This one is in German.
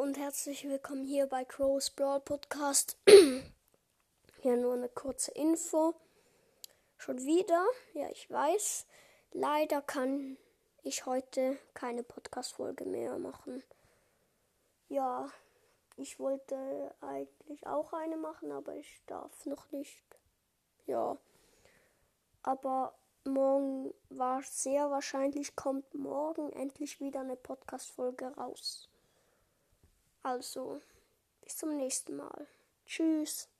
und herzlich willkommen hier bei Crow's Brawl Podcast. Hier nur eine kurze Info. Schon wieder, ja ich weiß, leider kann ich heute keine Podcast-Folge mehr machen. Ja, ich wollte eigentlich auch eine machen, aber ich darf noch nicht. Ja, aber morgen sehr wahrscheinlich kommt morgen endlich wieder eine Podcast-Folge raus. Also, bis zum nächsten Mal. Tschüss.